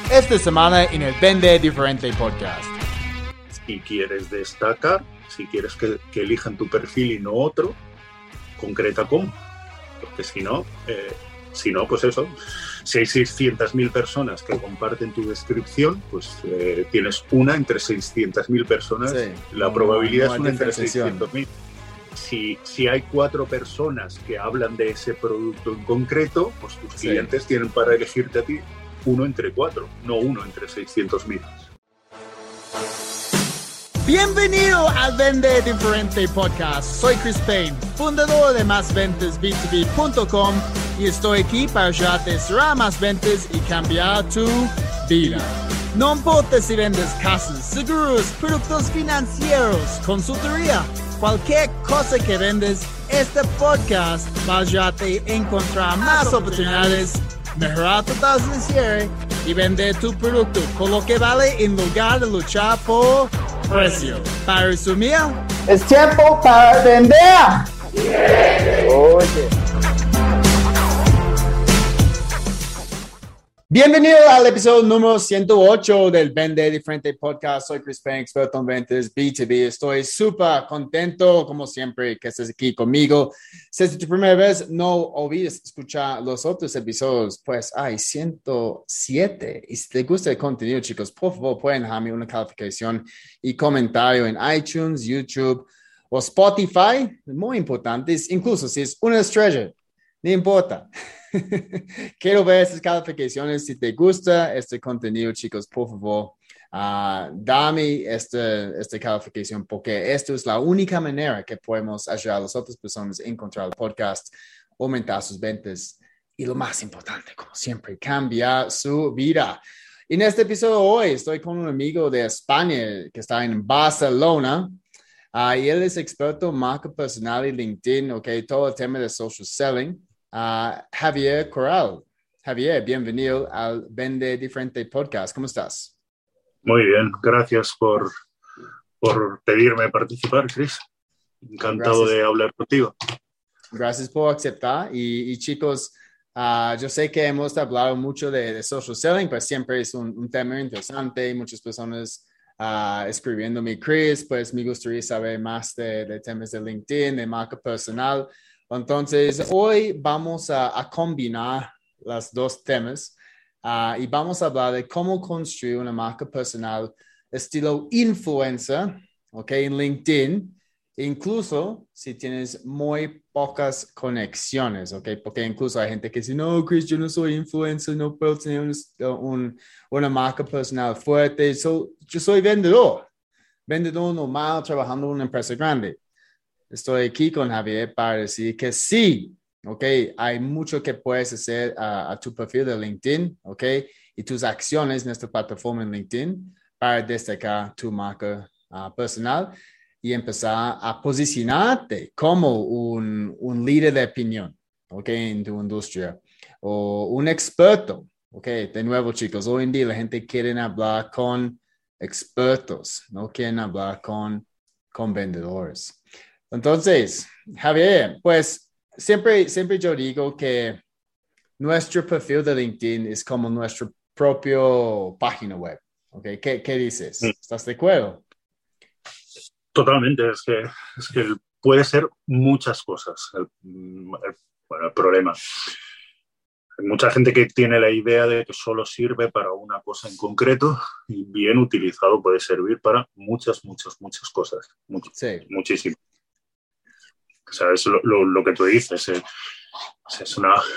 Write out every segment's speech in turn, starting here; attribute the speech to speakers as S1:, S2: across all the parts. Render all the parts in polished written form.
S1: esta semana en el Vende Diferente podcast.
S2: Si quieres destacar, si quieres que elijan tu perfil y no otro, concreta cómo. Porque si no, pues eso, si hay 600.000 personas que comparten tu descripción, pues tienes una entre 600.000 personas, sí, la probabilidad es una entre 600.000. Si hay 4 personas que hablan de ese producto en concreto, pues tus clientes tienen para elegirte a ti uno entre 4, no uno entre 600.000.
S1: Bienvenido al Vende Diferente podcast. Soy Chris Payne, fundador de MásVentesB2B.com y estoy aquí para ayudarte a cerrar más ventas y cambiar tu vida. No importa si vendes casas, seguros, productos financieros, consultoría, cualquier cosa que vendes, este podcast va a ayudarte a encontrar más oportunidades, mejorar tu tasa de cierre y vender tu producto con lo que vale en lugar de luchar por precio. Para resumir,
S3: es tiempo para vender. Oye.
S1: Bienvenido al episodio número 108 del Vende Diferente podcast. Soy Chris Payne, experto en ventas B2B. Estoy súper contento, como siempre, que estés aquí conmigo. Si es tu primera vez, no olvides escuchar los otros episodios, pues hay 107. Y si te gusta el contenido, chicos, por favor, pueden dejarme una calificación y comentario en iTunes, YouTube o Spotify. Muy importantes, incluso si es una estrella, no importa. Quiero ver esas calificaciones. Si te gusta este contenido, chicos, por favor, dame esta calificación, porque esto es la única manera que podemos ayudar a las otras personas a encontrar el podcast, aumentar sus ventas y, lo más importante, como siempre, cambiar su vida. En este episodio hoy estoy con un amigo de España que está en Barcelona. Y él es experto en marca personal y LinkedIn, todo el tema de social selling. Javier Corral. Javier, bienvenido al Vende Diferente podcast. ¿Cómo estás?
S2: Muy bien, gracias por pedirme participar, Chris. Encantado de hablar contigo.
S1: Gracias por aceptar. Y chicos, yo sé que hemos hablado mucho de social selling, pero siempre es un tema interesante. Muchas personas escribiéndome, Chris, pues me gustaría saber más de temas de LinkedIn, de marca personal. Entonces, hoy vamos a combinar los dos temas y vamos a hablar de cómo construir una marca personal estilo influencer, en LinkedIn, incluso si tienes muy pocas conexiones, porque incluso hay gente que dice, no, Chris, yo no soy influencer, no puedo tener una marca personal fuerte, yo soy vendedor normal trabajando en una empresa grande. Estoy aquí con Javier para decir que sí, hay mucho que puedes hacer a tu perfil de LinkedIn, y tus acciones en esta plataforma en LinkedIn para destacar tu marca personal y empezar a posicionarte como un líder de opinión, en tu industria o un experto, De nuevo, chicos, hoy en día la gente quiere hablar con expertos, no quieren hablar con vendedores. Entonces, Javier, pues siempre yo digo que nuestro perfil de LinkedIn es como nuestra propia página web. ¿Qué dices? ¿Estás de acuerdo?
S2: Totalmente, es que puede ser muchas cosas el problema. Hay mucha gente que tiene la idea de que solo sirve para una cosa en concreto y bien utilizado puede servir para muchas cosas, muchísimo. O sea, es lo que tú dices. Es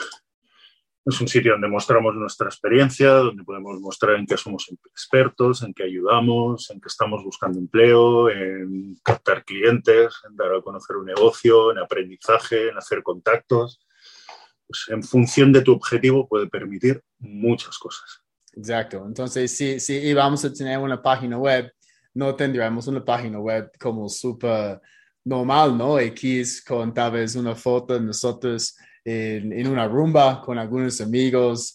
S2: un sitio donde mostramos nuestra experiencia, donde podemos mostrar en qué somos expertos, en qué ayudamos, en qué estamos buscando empleo, en captar clientes, en dar a conocer un negocio, en aprendizaje, en hacer contactos. Pues en función de tu objetivo puede permitir muchas cosas.
S1: Exacto. Entonces, si íbamos a tener una página web, no tendríamos una página web como súper normal, ¿no? X con tal vez una foto de nosotros en una rumba con algunos amigos,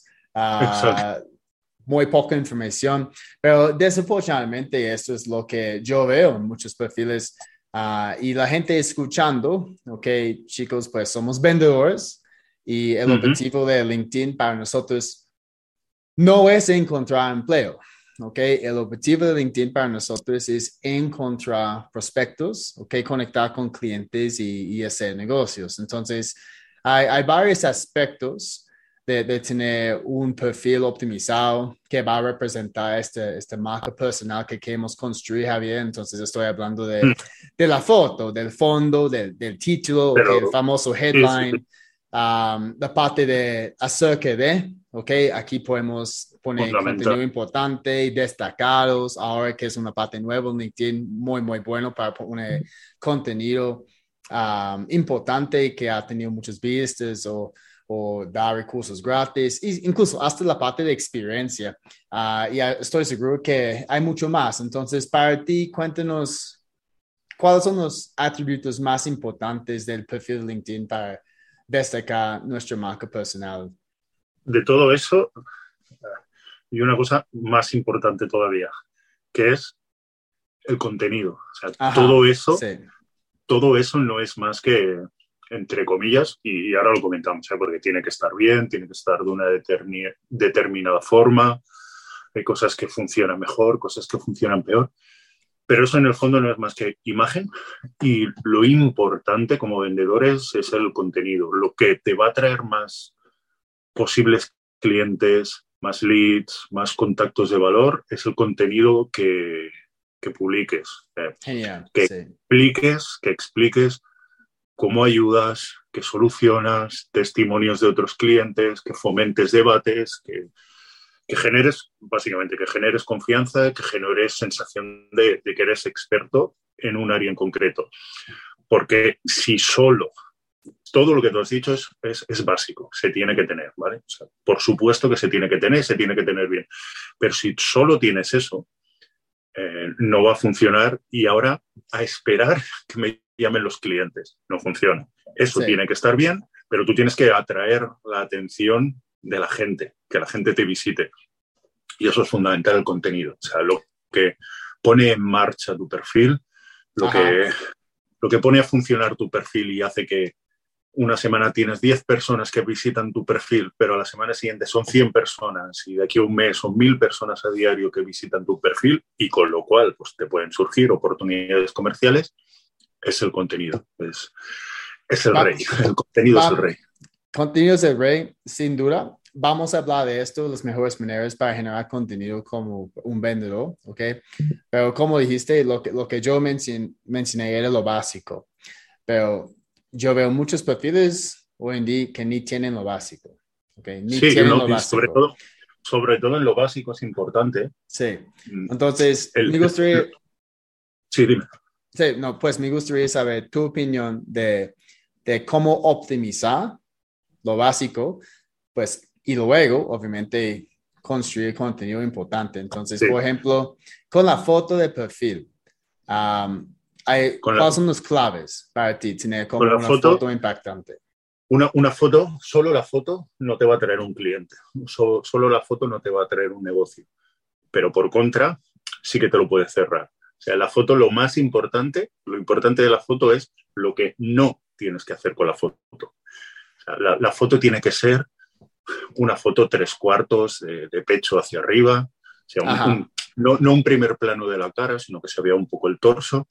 S1: muy poca información, pero desafortunadamente esto es lo que yo veo en muchos perfiles y la gente escuchando, chicos, pues somos vendedores y el objetivo de LinkedIn para nosotros no es encontrar empleo. ¿Ok? El objetivo de LinkedIn para nosotros es encontrar prospectos, ¿ok? Conectar con clientes y hacer negocios. Entonces, hay varios aspectos de tener un perfil optimizado que va a representar esta marca personal que queremos construir, Javier. Entonces, estoy hablando de la foto, del fondo, del título, okay, el famoso headline. La parte de acerca de, ¿ok? Aquí podemos poner contenido importante y destacados, ahora que es una parte nueva en LinkedIn, muy, muy bueno para poner contenido importante que ha tenido muchas vistas o dar recursos gratis, incluso hasta la parte de experiencia. Y estoy seguro que hay mucho más. Entonces, para ti, cuéntanos, ¿cuáles son los atributos más importantes del perfil de LinkedIn para destacar nuestra marca personal?
S2: De todo eso, y una cosa más importante todavía, que es el contenido. O sea, todo eso no es más que, entre comillas, y ahora lo comentamos, porque tiene que estar bien, tiene que estar de una determinada forma, hay cosas que funcionan mejor, cosas que funcionan peor, pero eso en el fondo no es más que imagen, y lo importante como vendedores es el contenido, lo que te va a traer más posibles clientes, más leads, más contactos de valor, es el contenido que publiques, que expliques cómo ayudas, que solucionas, testimonios de otros clientes, que fomentes debates, que generes, básicamente, que generes confianza, que generes sensación de que eres experto en un área en concreto. Porque si solo todo lo que tú has dicho es básico, se tiene que tener, ¿vale? O sea, por supuesto que se tiene que tener bien. Pero si solo tienes eso, no va a funcionar y ahora a esperar que me llamen los clientes. No funciona. Eso tiene que estar bien, pero tú tienes que atraer la atención de la gente, que la gente te visite. Y eso es fundamental, el contenido. O sea, lo que pone en marcha tu perfil, lo que pone a funcionar tu perfil y hace que una semana tienes 10 personas que visitan tu perfil, pero a la semana siguiente son 100 personas y de aquí a un mes son 1000 personas a diario que visitan tu perfil y con lo cual pues, te pueden surgir oportunidades comerciales, es el contenido. Es el rey. El contenido es el rey.
S1: Contenido es el rey, sin duda. Vamos a hablar de esto, las mejores maneras para generar contenido como un vendedor, ¿ok? Pero como dijiste, lo que yo mencioné era lo básico. Pero yo veo muchos perfiles hoy en día que ni tienen lo básico. ¿Okay? Lo básico.
S2: Sobre todo en lo básico es importante.
S1: Sí. Entonces, me gustaría...
S2: Sí, dime.
S1: Sí, no, pues me gustaría saber tu opinión de cómo optimizar lo básico, pues, y luego, obviamente, construir contenido importante. Entonces, por ejemplo, con la foto de perfil, ¿cuáles son las claves para ti tener como una foto impactante?
S2: Una foto, solo la foto no te va a traer un cliente, solo la foto no te va a traer un negocio, pero por contra sí que te lo puede cerrar. O sea, la foto, lo importante de la foto es lo que no tienes que hacer con la foto. O sea, la foto tiene que ser una foto 3/4 de pecho hacia arriba, o sea, no un primer plano de la cara, sino que se vea un poco el torso,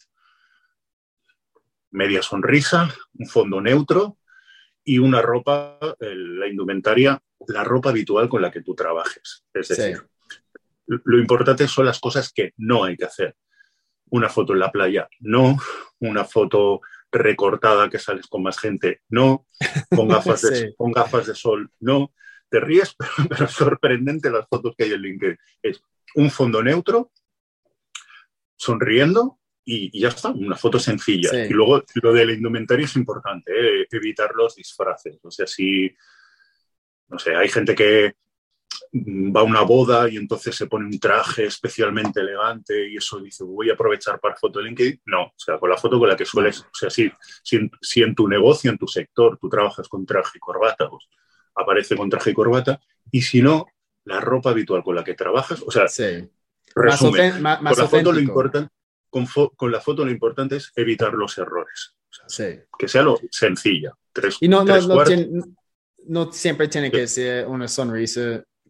S2: media sonrisa, un fondo neutro y una ropa, la indumentaria, la ropa habitual con la que tú trabajes. Es decir, lo importante son las cosas que no hay que hacer. Una foto en la playa, no. Una foto recortada que sales con más gente, no. Con gafas de sol, no. Te ríes, pero es sorprendente las fotos que hay en LinkedIn. Es un fondo neutro, sonriendo y ya está, una foto sencilla. Sí. Y luego lo de la indumentaria es importante, evitar los disfraces. O sea, si, no sé, hay gente que va a una boda y entonces se pone un traje especialmente elegante y eso dice, voy a aprovechar para foto de LinkedIn. No, o sea, con la foto con la que sueles, o sea, si en tu negocio, en tu sector, tú trabajas con traje y corbata, pues aparece con traje y corbata, y si no, la ropa habitual con la que trabajas, o sea, resumen,
S1: más
S2: con la foto lo importante, con la foto lo importante es evitar los errores, o sea, que sea lo sencilla.
S1: No siempre tiene que ser una sonrisa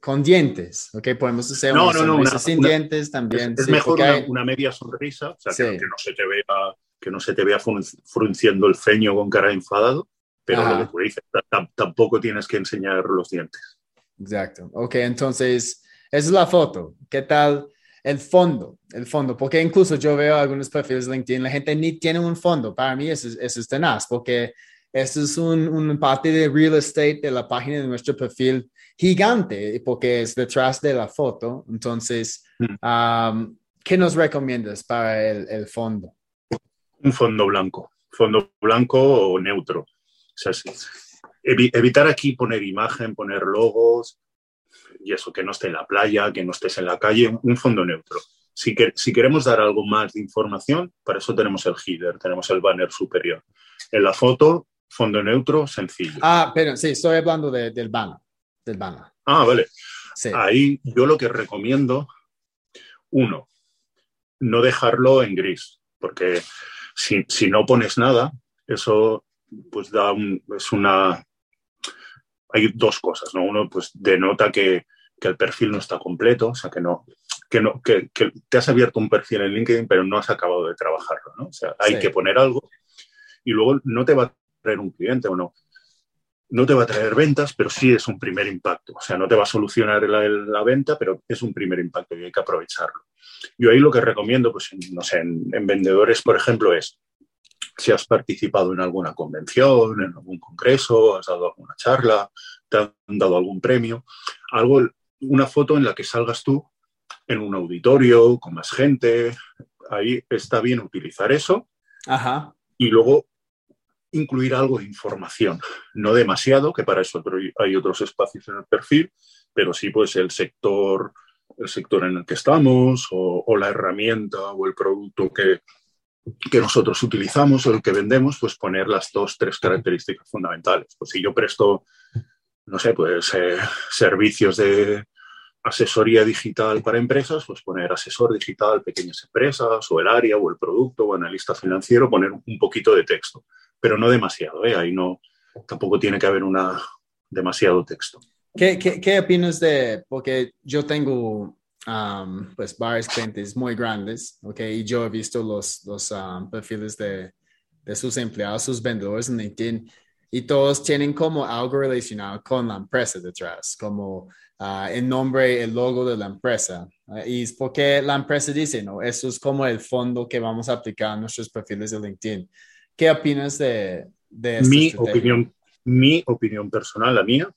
S1: con dientes, ¿ok? Podemos hacer
S2: No,
S1: una sonrisa sin dientes también.
S2: Es
S1: sí,
S2: mejor
S1: hay...
S2: una media sonrisa, o sea,
S1: sí.
S2: que no se te vea frunciendo el ceño con cara de enfadado, pero
S1: Ajá.
S2: lo que tú dices, tampoco tienes que enseñar los dientes.
S1: Exacto. Ok, entonces, esa es la foto. ¿Qué tal el fondo? El fondo, porque incluso yo veo algunos perfiles de LinkedIn, la gente ni tiene un fondo. Para mí eso es tenaz, porque eso es un parte de real estate de la página de nuestro perfil gigante, porque es detrás de la foto. Entonces, ¿qué nos recomiendas para el fondo?
S2: Un fondo blanco o neutro. O sea, evitar aquí poner imagen, poner logos y eso, que no esté en la playa, que no estés en la calle, un fondo neutro. Si queremos dar algo más de información, para eso tenemos el header, tenemos el banner superior. En la foto, fondo neutro, sencillo.
S1: Pero sí, estoy hablando del banner.
S2: Vale.
S1: Sí.
S2: Ahí yo lo que recomiendo, uno, no dejarlo en gris, porque si no pones nada, eso pues hay dos cosas, ¿no? Uno, pues denota que el perfil no está completo, o sea, que te has abierto un perfil en LinkedIn, pero no has acabado de trabajarlo, ¿no? O sea, hay que poner algo y luego no te va a traer un cliente o no te va a traer ventas, pero sí es un primer impacto. O sea, no te va a solucionar la venta, pero es un primer impacto y hay que aprovecharlo. Yo ahí lo que recomiendo, pues, no sé, en vendedores, por ejemplo, es si has participado en alguna convención, en algún congreso, has dado alguna charla, te han dado algún premio, una foto en la que salgas tú en un auditorio con más gente. Ahí está bien utilizar eso.
S1: Ajá.
S2: Y luego incluir algo de información, no demasiado, que para eso hay otros espacios en el perfil, pero sí pues el sector en el que estamos o la herramienta o el producto que nosotros utilizamos o el que vendemos, pues poner las 2-3 características fundamentales. Pues si yo presto, no sé, pues servicios de asesoría digital para empresas, pues poner asesor digital, pequeñas empresas, o el área, o el producto, o analista financiero, poner un poquito de texto, pero no demasiado, ahí tampoco tiene que haber demasiado texto.
S1: ¿Qué opinas porque yo tengo pues varios clientes muy grandes, y yo he visto los perfiles de sus empleados, sus vendedores en LinkedIn, y todos tienen como algo relacionado con la empresa detrás, como el nombre, el logo de la empresa. Y es porque la empresa dice, no, eso es como el fondo que vamos a aplicar a nuestros perfiles de LinkedIn. ¿Qué opinas de esta estrategia?
S2: Mi opinión personal, la mía,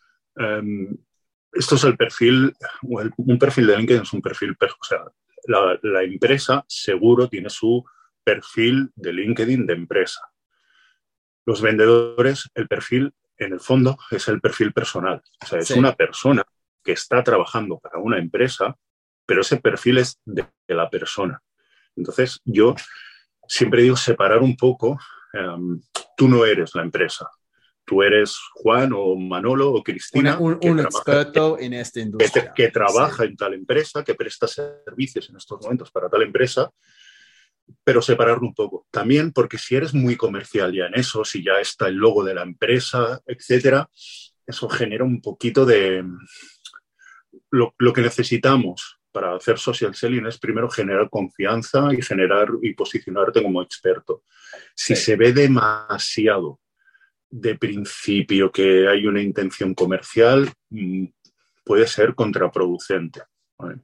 S2: esto es el perfil, un perfil de LinkedIn es un perfil, o sea, la empresa seguro tiene su perfil de LinkedIn de empresa. Los vendedores, el perfil, en el fondo, es el perfil personal. O sea, es una persona que está trabajando para una empresa, pero ese perfil es de la persona. Entonces, yo siempre digo separar un poco. Tú no eres la empresa. Tú eres Juan o Manolo o Cristina.
S1: Un experto en esta industria.
S2: Que trabaja en tal empresa, que presta servicios en estos momentos para tal empresa, pero separarlo un poco. También porque si eres muy comercial ya en eso, si ya está el logo de la empresa, etcétera, eso genera un poquito de... Lo que necesitamos para hacer social selling es primero generar confianza y posicionarte como experto. Si se ve demasiado de principio que hay una intención comercial, puede ser contraproducente, ¿vale?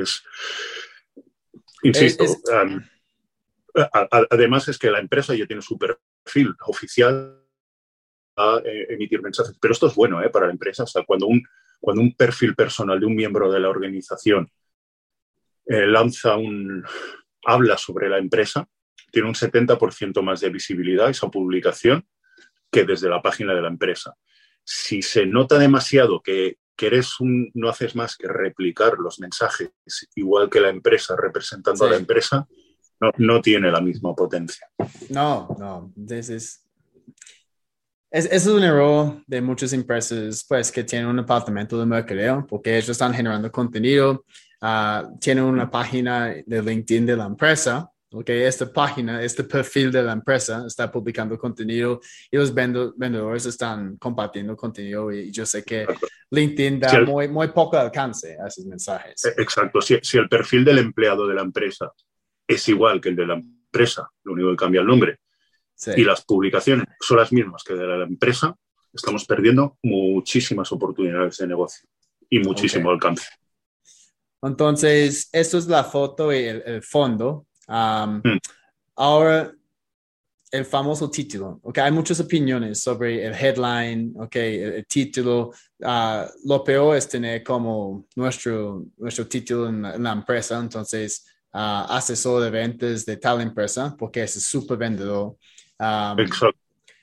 S2: Insisto, además es que la empresa ya tiene su perfil oficial a emitir mensajes, pero esto es bueno para la empresa. O sea, cuando un perfil personal de un miembro de la organización habla sobre la empresa, tiene un 70% más de visibilidad esa publicación que desde la página de la empresa. Si se nota demasiado que no haces más que replicar los mensajes igual que la empresa representando a la empresa, no tiene la misma potencia.
S1: No. Es un error de muchas empresas pues, que tienen un departamento de mercadeo porque ellos están generando contenido, tienen una página de LinkedIn de la empresa, ok, esta página, este perfil de la empresa está publicando contenido y los vendedores están compartiendo contenido y yo sé que LinkedIn da muy poco alcance a esos mensajes.
S2: Exacto, si el perfil del empleado de la empresa es igual que el de la empresa, lo único que cambia el nombre, sí, y las publicaciones son las mismas que de la empresa, estamos perdiendo muchísimas oportunidades de negocio y muchísimo alcance.
S1: Entonces, esto es la foto y el fondo. Ahora, el famoso título. Okay, hay muchas opiniones sobre el headline, okay, el título. Lo peor es tener como nuestro título en la empresa. Entonces, asesor de ventas de tal empresa, porque es súper vendedor.
S2: Exacto.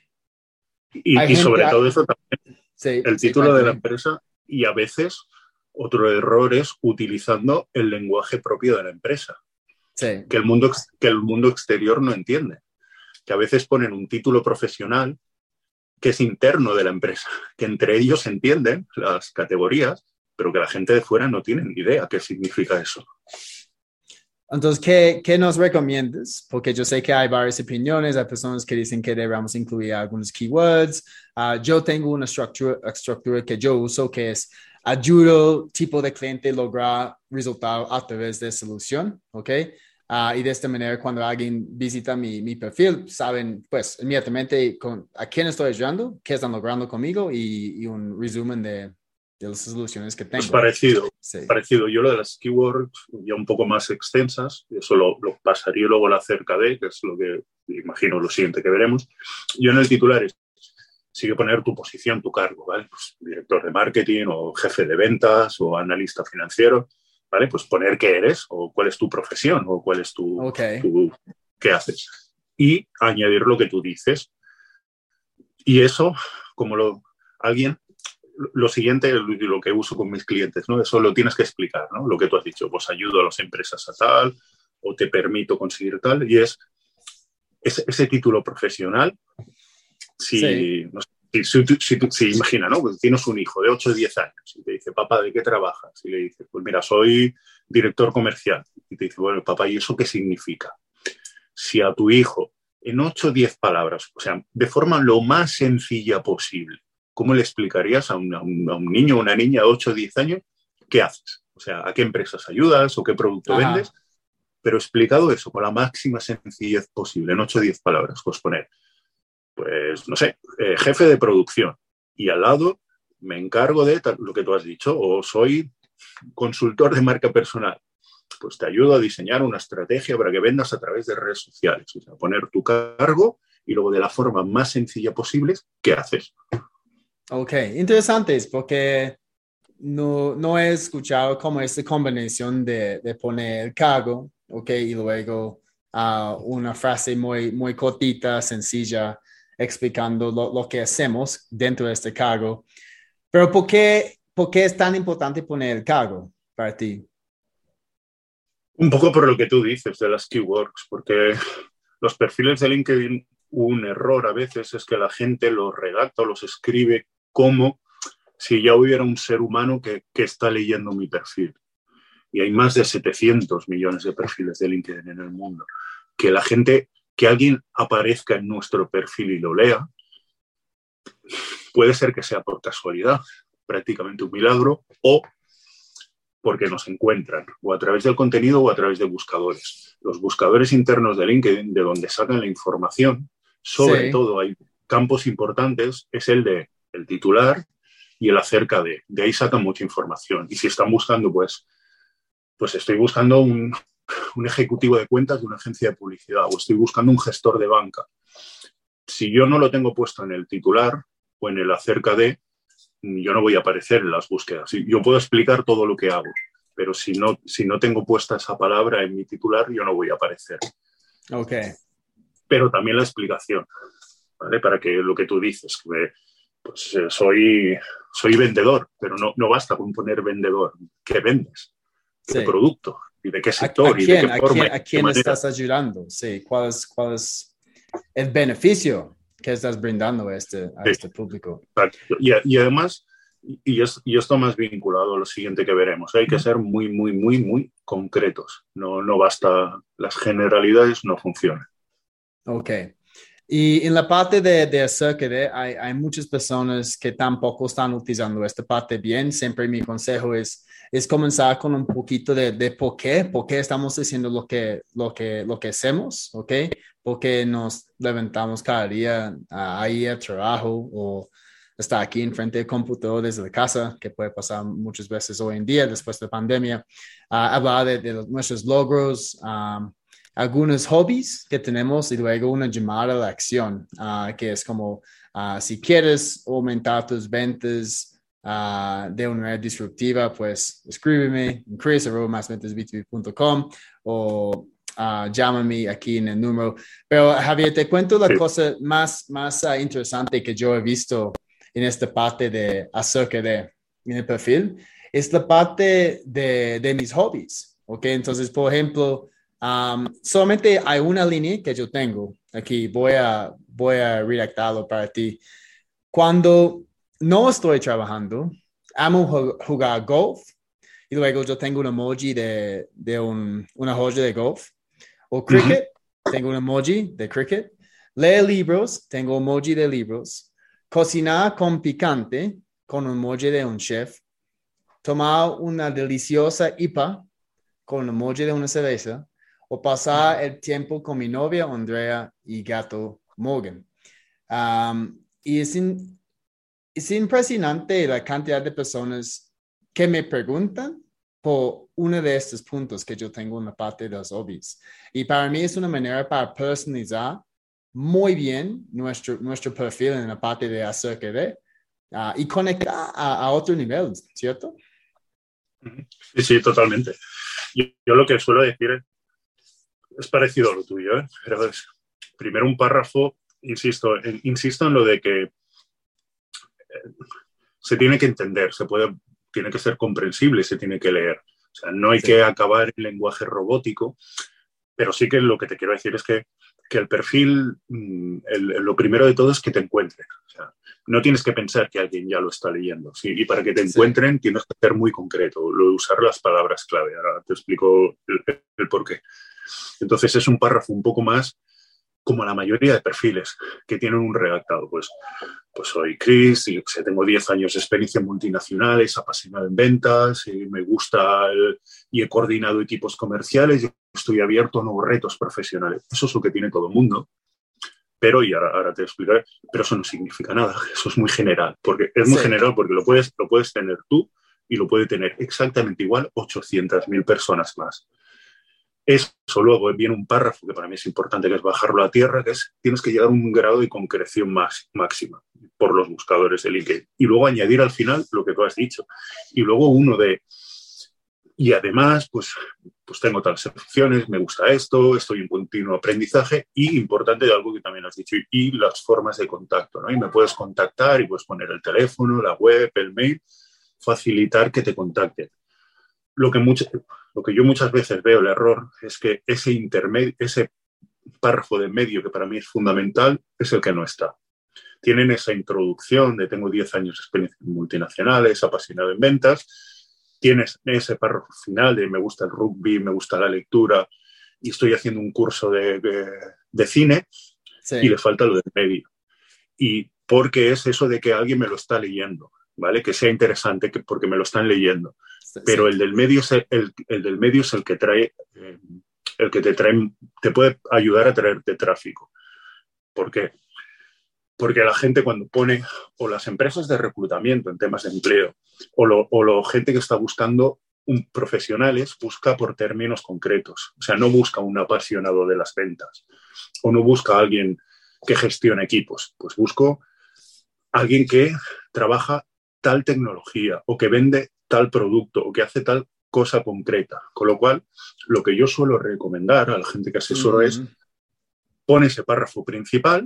S2: Y sobre todo eso también, sí, el título de la empresa, y a veces otro error es utilizando el lenguaje propio de la empresa, sí, que el mundo exterior no entiende, que a veces ponen un título profesional que es interno de la empresa, que entre ellos entienden las categorías, pero que la gente de fuera no tiene ni idea qué significa eso.
S1: Entonces, ¿qué nos recomiendas? Porque yo sé que hay varias opiniones, hay personas que dicen que debemos incluir algunos keywords. Yo tengo una estructura que yo uso, que es ayudo tipo de cliente a lograr resultados a través de solución, ¿ok? Y de esta manera, cuando alguien visita mi perfil, saben, pues, inmediatamente a quién estoy ayudando, qué están logrando conmigo y un resumen de las soluciones que tengo.
S2: Pues parecido. Yo lo de las keywords ya un poco más extensas, eso lo pasaría luego a la acerca de, que es lo que imagino lo siguiente que veremos. Yo en el titular sigue poner tu posición, tu cargo, ¿vale? Pues director de marketing o jefe de ventas o analista financiero, ¿vale? Pues poner qué eres o cuál es tu profesión o cuál es qué haces. Y añadir lo que tú dices. Y eso, como lo siguiente, lo que uso con mis clientes, ¿no? Eso lo tienes que explicar, ¿no? Lo que tú has dicho, pues ayudo a las empresas a tal o te permito conseguir tal. Y es ese título profesional. Si imagina, ¿no? Pues tienes un hijo de 8 o 10 años y te dice, papá, ¿de qué trabajas? Y le dices, pues mira, soy director comercial. Y te dice, bueno, papá, ¿y eso qué significa? Si a tu hijo, en 8 o 10 palabras, o sea, de forma lo más sencilla posible, ¿cómo le explicarías a un niño o una niña de 8 o 10 años qué haces? O sea, ¿a qué empresas ayudas o qué producto vendes? Pero explicado eso con la máxima sencillez posible, en 8 o 10 palabras, pues poner, pues, no sé, jefe de producción. Y al lado me encargo de lo que tú has dicho, o soy consultor de marca personal. Pues te ayudo a diseñar una estrategia para que vendas a través de redes sociales. O sea, poner tu cargo y luego de la forma más sencilla posible, ¿qué haces?
S1: Ok, interesantes, porque no he escuchado como esta combinación de poner el cargo, ok, y luego una frase muy cortita, sencilla, explicando lo que hacemos dentro de este cargo. Pero ¿por qué es tan importante poner el cargo para ti?
S2: Un poco por lo que tú dices de las keywords, porque los perfiles de LinkedIn, un error a veces es que la gente los redacta o los escribe como si ya hubiera un ser humano que está leyendo mi perfil. Y hay más de 700 millones de perfiles de LinkedIn en el mundo. Que alguien aparezca en nuestro perfil y lo lea, puede ser que sea por casualidad, prácticamente un milagro, o porque nos encuentran, o a través del contenido o a través de buscadores. Los buscadores internos de LinkedIn, de donde sacan la información, sobre todo hay campos importantes, es el de el titular y el acerca de. De ahí sacan mucha información. Y si están buscando, pues estoy buscando un ejecutivo de cuentas de una agencia de publicidad o estoy buscando un gestor de banca. Si yo no lo tengo puesto en el titular o en el acerca de, yo no voy a aparecer en las búsquedas. Yo puedo explicar todo lo que hago, pero si no tengo puesta esa palabra en mi titular, yo no voy a aparecer.
S1: Ok.
S2: Pero también la explicación, ¿vale? Para que lo que tú dices, que pues, soy vendedor, pero no basta con poner vendedor. ¿Qué vendes? ¿Qué producto? ¿Y de qué sector?
S1: ¿A quién,
S2: ¿y de qué forma?
S1: ¿A quién estás ayudando? Sí, ¿cuál es el beneficio que estás brindando a este público?
S2: Exacto. Y además, y esto más vinculado a lo siguiente que veremos, hay que ser muy, muy, muy, muy concretos. No basta, las generalidades no funcionan.
S1: Ok. Y en la parte de acerca de, hay muchas personas que tampoco están utilizando esta parte bien. Siempre mi consejo es comenzar con un poquito de por qué estamos haciendo lo que hacemos, ¿ok? Porque nos levantamos cada día a ir al trabajo o estar aquí enfrente del computador desde la casa, que puede pasar muchas veces hoy en día después de la pandemia. Hablar de nuestros logros, algunos hobbies que tenemos y luego una llamada a la acción, que es como si quieres aumentar tus ventas de una manera disruptiva, pues escríbeme en chris@masventasb2b.com o llámame aquí en el número. Pero Javier, te cuento la cosa más interesante que yo he visto en esta parte de acerca de en el perfil, es la parte de mis hobbies, ¿ok? Entonces, por ejemplo, solamente hay una línea que yo tengo aquí, voy a redactarlo para ti. Cuando no estoy trabajando, amo jugar golf y luego yo tengo un emoji de una joya de golf. O cricket, tengo un emoji de cricket. Leer libros, tengo emoji de libros. Cocinar con picante, con un emoji de un chef. Tomar una deliciosa IPA con un emoji de una cerveza. O pasar el tiempo con mi novia Andrea y gato Morgan. Y es impresionante la cantidad de personas que me preguntan por uno de estos puntos que yo tengo en la parte de los hobbies. Y para mí es una manera para personalizar muy bien nuestro perfil en la parte de acerca de y conectar a otro nivel, ¿cierto?
S2: Sí, totalmente. Yo lo que suelo decir es parecido a lo tuyo, ¿eh? Pero es primero un párrafo, insisto en lo de que se tiene que entender, tiene que ser comprensible, se tiene que leer. O sea, no hay que acabar en lenguaje robótico, pero sí que lo que te quiero decir es que el perfil, lo primero de todo es que te encuentren. O sea, no tienes que pensar que alguien ya lo está leyendo. ¿Sí? Y para que te encuentren tienes que ser muy concreto, lo de usar las palabras clave. Ahora te explico el por qué. Entonces es un párrafo un poco más como la mayoría de perfiles que tienen un redactado. Pues soy Chris, y tengo 10 años de experiencia en multinacionales, apasionado en ventas, y me gusta y he coordinado equipos comerciales y estoy abierto a nuevos retos profesionales. Eso es lo que tiene todo el mundo. Pero, y ahora te explicaré, pero eso no significa nada. Eso es muy general. Porque es muy general porque lo puedes tener tú y lo puede tener exactamente igual 800.000 personas más. Eso luego viene un párrafo que para mí es importante, que es bajarlo a tierra, que es tienes que llegar a un grado de concreción máxima por los buscadores de LinkedIn. Y luego añadir al final lo que tú has dicho. Y luego uno de... Y además, pues tengo tales opciones, me gusta esto, estoy en continuo aprendizaje y, importante, de algo que también has dicho, y las formas de contacto, ¿no? Y me puedes contactar y puedes poner el teléfono, la web, el mail, facilitar que te contacten. Lo que yo muchas veces veo el error es que ese párrafo de medio, que para mí es fundamental, es el que no está. Tienen esa introducción de tengo 10 años de experiencia en multinacionales, apasionado en ventas. Tienes ese párrafo final de me gusta el rugby, me gusta la lectura y estoy haciendo un curso de cine y le falta lo del medio. Y porque es eso de que alguien me lo está leyendo, ¿vale? Que sea interesante porque me lo están leyendo. Pero el del medio es el que trae, el que te puede ayudar a traerte tráfico. ¿Por qué? Porque la gente cuando pone, o las empresas de reclutamiento en temas de empleo, o gente que está buscando profesionales, busca por términos concretos. O sea, no busca un apasionado de las ventas, o no busca a alguien que gestione equipos. Pues busco a alguien que trabaja tal tecnología, o que vende tal producto, o que hace tal cosa concreta. Con lo cual, lo que yo suelo recomendar a la gente que asesoro es pon ese párrafo principal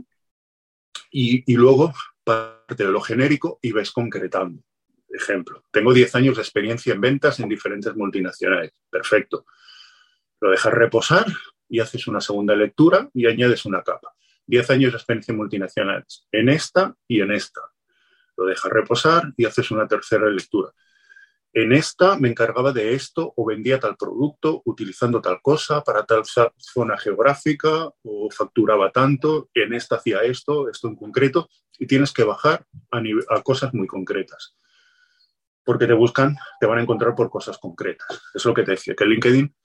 S2: y luego parte de lo genérico y ves concretando. Ejemplo, tengo 10 años de experiencia en ventas en diferentes multinacionales. Perfecto. Lo dejas reposar y haces una segunda lectura y añades una capa. 10 años de experiencia en multinacionales en esta y en esta. Lo dejas reposar y haces una tercera lectura. En esta me encargaba de esto o vendía tal producto utilizando tal cosa para tal zona geográfica o facturaba tanto, en esta hacía esto en concreto, y tienes que bajar a cosas muy concretas. Porque te van a encontrar por cosas concretas. Es lo que te decía, que LinkedIn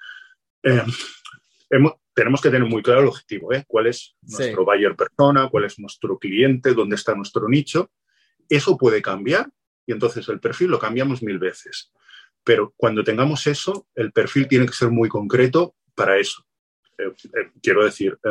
S2: tenemos que tener muy claro el objetivo, cuál es nuestro buyer persona, cuál es nuestro cliente, dónde está nuestro nicho. Eso puede cambiar y entonces el perfil lo cambiamos 1000 veces. Pero cuando tengamos eso, el perfil tiene que ser muy concreto para eso. Quiero decir,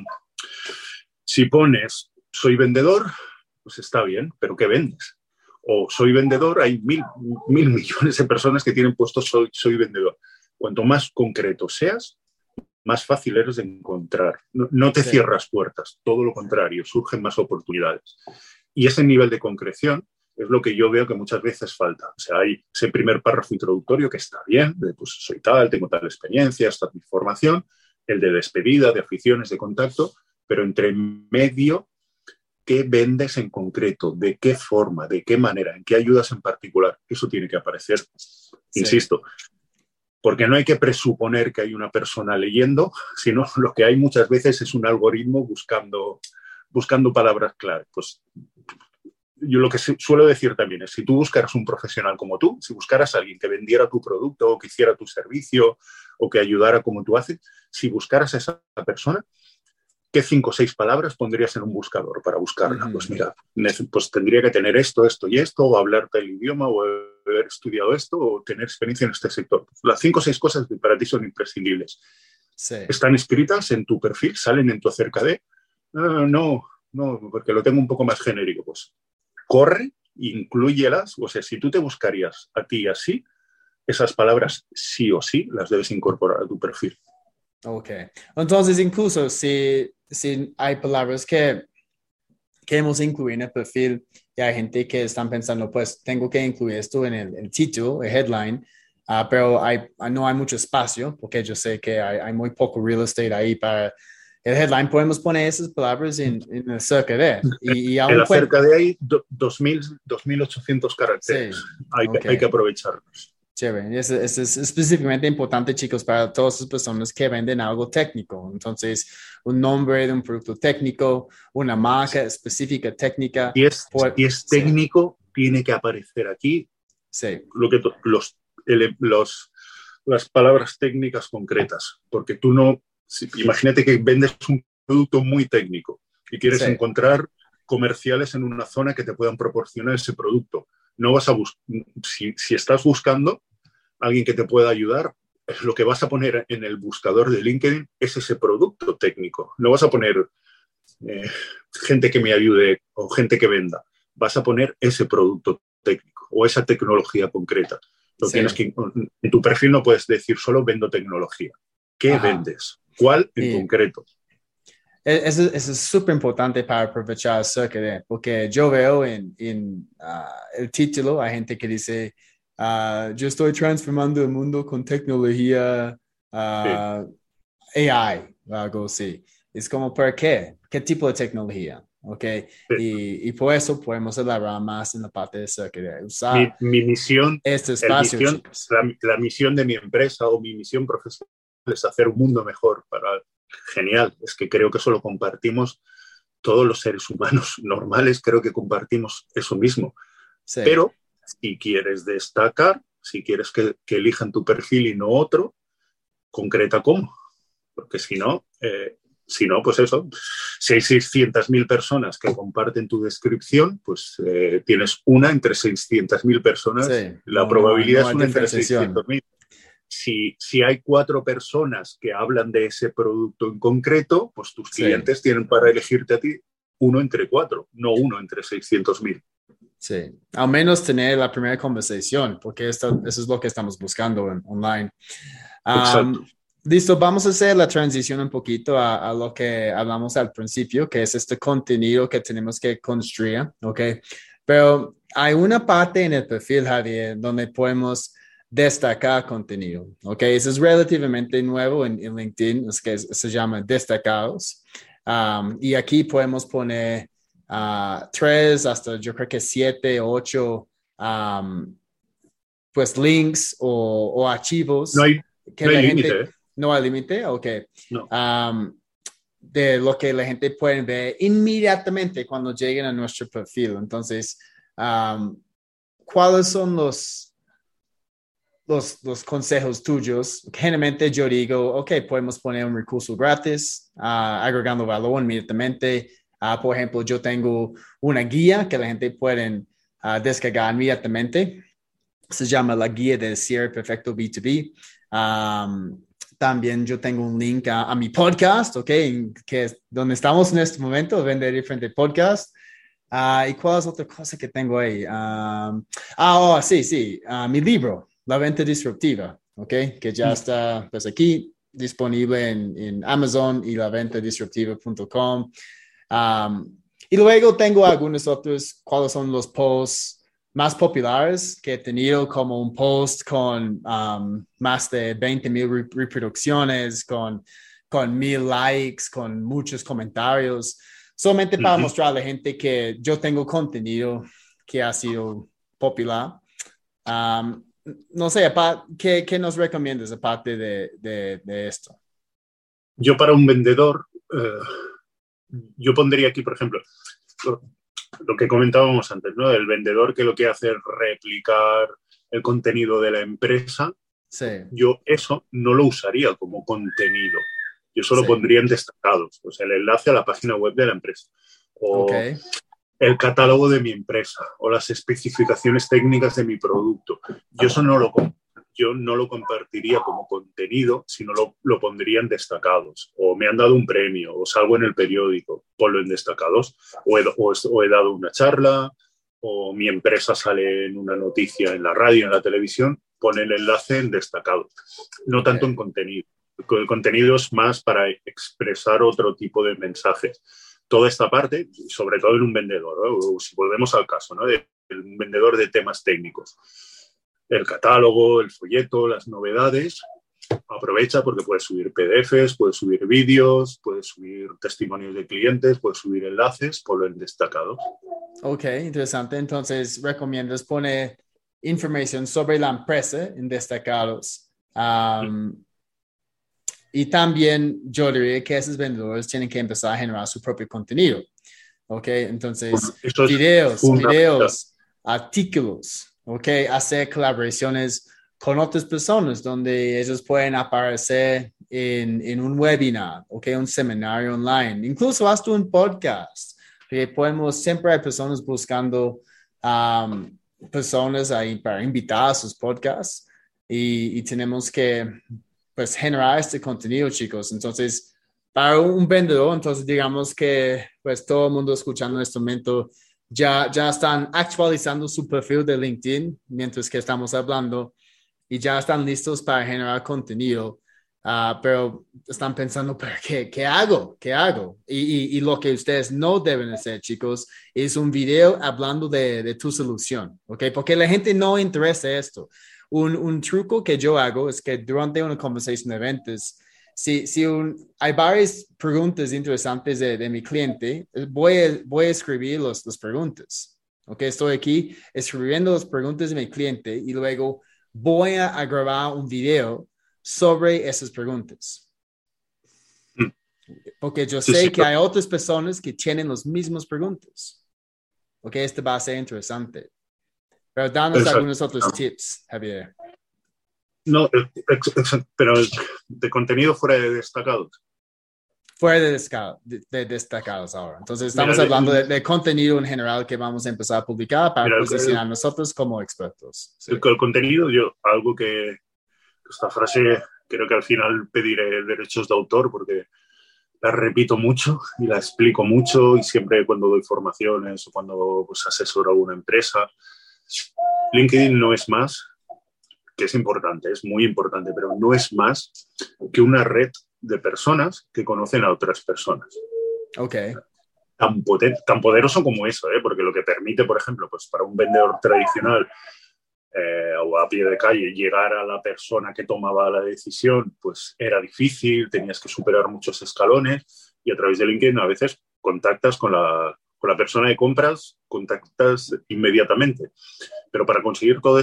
S2: si pones soy vendedor, pues está bien, pero ¿qué vendes? O soy vendedor, hay mil millones de personas que tienen puesto soy vendedor. Cuanto más concreto seas, más fácil eres de encontrar. No te cierras puertas, todo lo contrario, surgen más oportunidades. Y ese nivel de concreción es lo que yo veo que muchas veces falta. O sea, hay ese primer párrafo introductorio que está bien, de pues soy tal, tengo tal experiencia, esta es mi formación, el de despedida, de aficiones, de contacto, pero entre medio, ¿qué vendes en concreto? ¿De qué forma? ¿De qué manera? ¿En qué ayudas en particular? Eso tiene que aparecer, insisto, porque no hay que presuponer que hay una persona leyendo, sino lo que hay muchas veces es un algoritmo buscando palabras clave. Pues yo lo que suelo decir también es, si tú buscaras un profesional como tú, si buscaras a alguien que vendiera tu producto o que hiciera tu servicio o que ayudara como tú haces, si buscaras a esa persona, ¿qué 5 o 6 palabras pondrías en un buscador para buscarla? Pues mira, pues tendría que tener esto y esto, o hablarte el idioma, o haber estudiado esto, o tener experiencia en este sector. Las 5 o 6 cosas que para ti son imprescindibles.
S1: Sí.
S2: ¿Están escritas en tu perfil? ¿Salen en tu acerca de? No, porque lo tengo un poco más genérico. Pues corre, inclúyelas. O sea, si tú te buscarías a ti así, esas palabras sí o sí las debes incorporar a tu perfil.
S1: Ok. Entonces, incluso si hay palabras que queremos incluir en el perfil y hay gente que están pensando, pues tengo que incluir esto en el título, el headline, pero no hay mucho espacio porque yo sé que hay muy poco real estate ahí para el headline. Podemos poner esas palabras en el acerca de. Y
S2: el acerca de ahí, 2.800 caracteres.
S1: Sí,
S2: hay que aprovecharlos.
S1: Chévere. Eso es específicamente importante, chicos, para todas las personas que venden algo técnico. Entonces, un nombre de un producto técnico, una marca específica técnica.
S2: Si es técnico, tiene que aparecer aquí las palabras técnicas concretas. Porque tú imagínate que vendes un producto muy técnico y quieres encontrar comerciales en una zona que te puedan proporcionar ese producto. No vas a si estás buscando a alguien que te pueda ayudar, lo que vas a poner en el buscador de LinkedIn es ese producto técnico. No vas a poner gente que me ayude o gente que venda. Vas a poner ese producto técnico o esa tecnología concreta. Tienes que, en tu perfil no puedes decir solo vendo tecnología. ¿Qué vendes? ¿Cuál en concreto?
S1: Eso es súper importante para aprovechar acerca de, porque yo veo en el título, hay gente que dice, yo estoy transformando el mundo con tecnología AI, algo así. Es como, ¿para qué? ¿Qué tipo de tecnología? Okay. Y por eso podemos elaborar más en la parte de acerca de usar
S2: mi misión,
S1: este espacio, chicos.
S2: La misión de mi empresa o mi misión profesional es hacer un mundo mejor Genial, es que creo que eso lo compartimos todos los seres humanos normales, creo que compartimos eso mismo. Sí. Pero si quieres destacar, si quieres que elijan tu perfil y no otro, concreta cómo. Porque si no, pues eso, si hay 600.000 personas que comparten tu descripción, pues tienes una entre 600.000 personas, la probabilidad es una entre 600.000. Si hay 4 personas que hablan de ese producto en concreto, pues tus clientes tienen para elegirte a ti 1 entre 4, no 1 entre 600.000.
S1: Sí, al menos tener la primera conversación, porque eso es lo que estamos buscando online.
S2: Exacto.
S1: Listo, vamos a hacer la transición un poquito a lo que hablamos al principio, que es este contenido que tenemos que construir, ¿ok? Pero hay una parte en el perfil, Javier, donde podemos destacar contenido, ¿ok? Eso es relativamente nuevo en LinkedIn, es que se llama destacados. Y aquí podemos poner 3 hasta yo creo que 7, 8 pues links o archivos
S2: No hay,
S1: que
S2: no hay
S1: la
S2: límite,
S1: gente...
S2: ¿eh?
S1: ¿No hay límite? Ok.
S2: No.
S1: De lo que la gente puede ver inmediatamente cuando lleguen a nuestro perfil. Entonces, ¿cuáles son los consejos tuyos? Generalmente yo digo, ok, podemos poner un recurso gratis, agregando valor inmediatamente. Por ejemplo, yo tengo una guía que la gente puede descargar inmediatamente. Se llama la guía del cierre perfecto B2B. También yo tengo un link a mi podcast, ¿ok? Que es donde estamos en este momento, vender diferentes podcasts. ¿Y cuál es otra cosa que tengo ahí? Sí, mi libro, La Venta Disruptiva, ¿ok? Que ya está pues aquí disponible en Amazon y laventadisruptiva.com. Y luego tengo algunos otros, cuáles son los posts más populares que he tenido, como un post con más de 20,000 reproducciones, con 1,000 likes, con muchos comentarios, solamente para mostrar a la gente que yo tengo contenido que ha sido popular. No sé, ¿qué nos recomiendas aparte de esto?
S2: Yo para un vendedor, yo pondría aquí, por ejemplo, lo que comentábamos antes, ¿no? El vendedor que lo que hace es replicar el contenido de la empresa.
S1: Sí.
S2: Yo eso no lo usaría como contenido. Yo solo pondría en destacados, pues el enlace a la página web de la empresa. O el catálogo de mi empresa. O las especificaciones técnicas de mi producto. Yo no lo compartiría como contenido, sino lo pondría en destacados. O me han dado un premio, o salgo en el periódico, ponlo en destacados. O he dado una charla, o mi empresa sale en una noticia en la radio, en la televisión, pone el enlace en destacados. No tanto en contenido. El contenido es más para expresar otro tipo de mensajes. Toda esta parte, sobre todo en un vendedor, ¿no? Si volvemos al caso, ¿no? De un vendedor de temas técnicos. El catálogo, el folleto, las novedades, aprovecha porque puedes subir PDFs, puedes subir vídeos, puedes subir testimonios de clientes, puedes subir enlaces, ponlo en destacados.
S1: Ok, interesante. Entonces, recomiendas poner información sobre la empresa en destacados. Y también yo diría que esos vendedores tienen que empezar a generar su propio contenido. Ok, entonces, videos, artículos, ok, hacer colaboraciones con otras personas donde ellos pueden aparecer en un webinar, ok, un seminario online, incluso hasta un podcast. Siempre hay personas buscando personas ahí para invitar a sus podcasts y tenemos que pues generar este contenido, chicos. Entonces, para un vendedor, entonces digamos que pues todo el mundo escuchando en este momento ya están actualizando su perfil de LinkedIn mientras que estamos hablando y ya están listos para generar contenido. Pero están pensando, ¿pero qué hago? ¿Qué hago? Y lo que ustedes no deben hacer, chicos, es un video hablando de tu solución, ¿ok? Porque la gente no interesa esto. Un truco que yo hago es que durante una conversación de ventas, hay varias preguntas interesantes de mi cliente, voy a escribir las preguntas. ¿Ok? Estoy aquí escribiendo las preguntas de mi cliente y luego voy a grabar un video sobre esas preguntas. Porque yo sé que hay otras personas que tienen las mismas preguntas. Ok, esto va a ser interesante. Pero danos algunos otros tips, Javier.
S2: No, pero de contenido fuera de destacados.
S1: Fuera de destacados ahora. Entonces estamos hablando de contenido en general que vamos a empezar a publicar para posicionar nosotros como expertos. Sí.
S2: El contenido, algo que esta frase creo que al final pediré derechos de autor porque la repito mucho y la explico mucho y siempre cuando doy formaciones o cuando pues, asesoro a una empresa. LinkedIn no es más, que es importante, es muy importante, pero no es más que una red de personas que conocen a otras personas.
S1: Ok.
S2: Tan poderoso como eso, porque lo que permite, por ejemplo, pues para un vendedor tradicional o a pie de calle, llegar a la persona que tomaba la decisión, pues era difícil, tenías que superar muchos escalones y a través de LinkedIn a veces contactas con la persona de compras, contactas inmediatamente. Pero para conseguir todo eso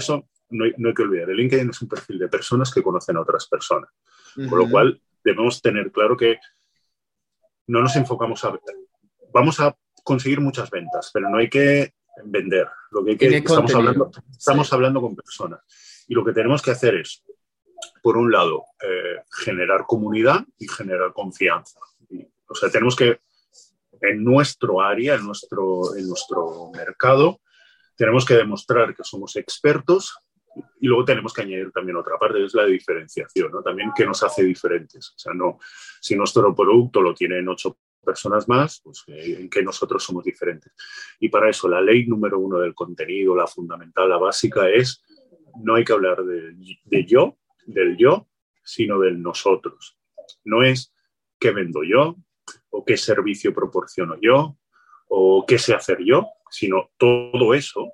S2: no hay que olvidar, el LinkedIn es un perfil de personas que conocen a otras personas. Con lo cual, debemos tener claro que no nos enfocamos vamos a conseguir muchas ventas, pero no hay que vender. Lo que hay que estamos hablando con personas. Y lo que tenemos que hacer es, por un lado, generar comunidad y generar confianza. O sea, tenemos que, en nuestro área, en nuestro mercado, tenemos que demostrar que somos expertos y luego tenemos que añadir también otra parte, que es la diferenciación, ¿no? También qué nos hace diferentes. O sea, no, si nuestro producto lo tienen 8 personas más, pues en qué nosotros somos diferentes. Y para eso, la ley número 1 del contenido, la fundamental, la básica es, no hay que hablar del yo, sino del nosotros. No es qué vendo yo, o qué servicio proporciono yo, o qué sé hacer yo, sino todo eso,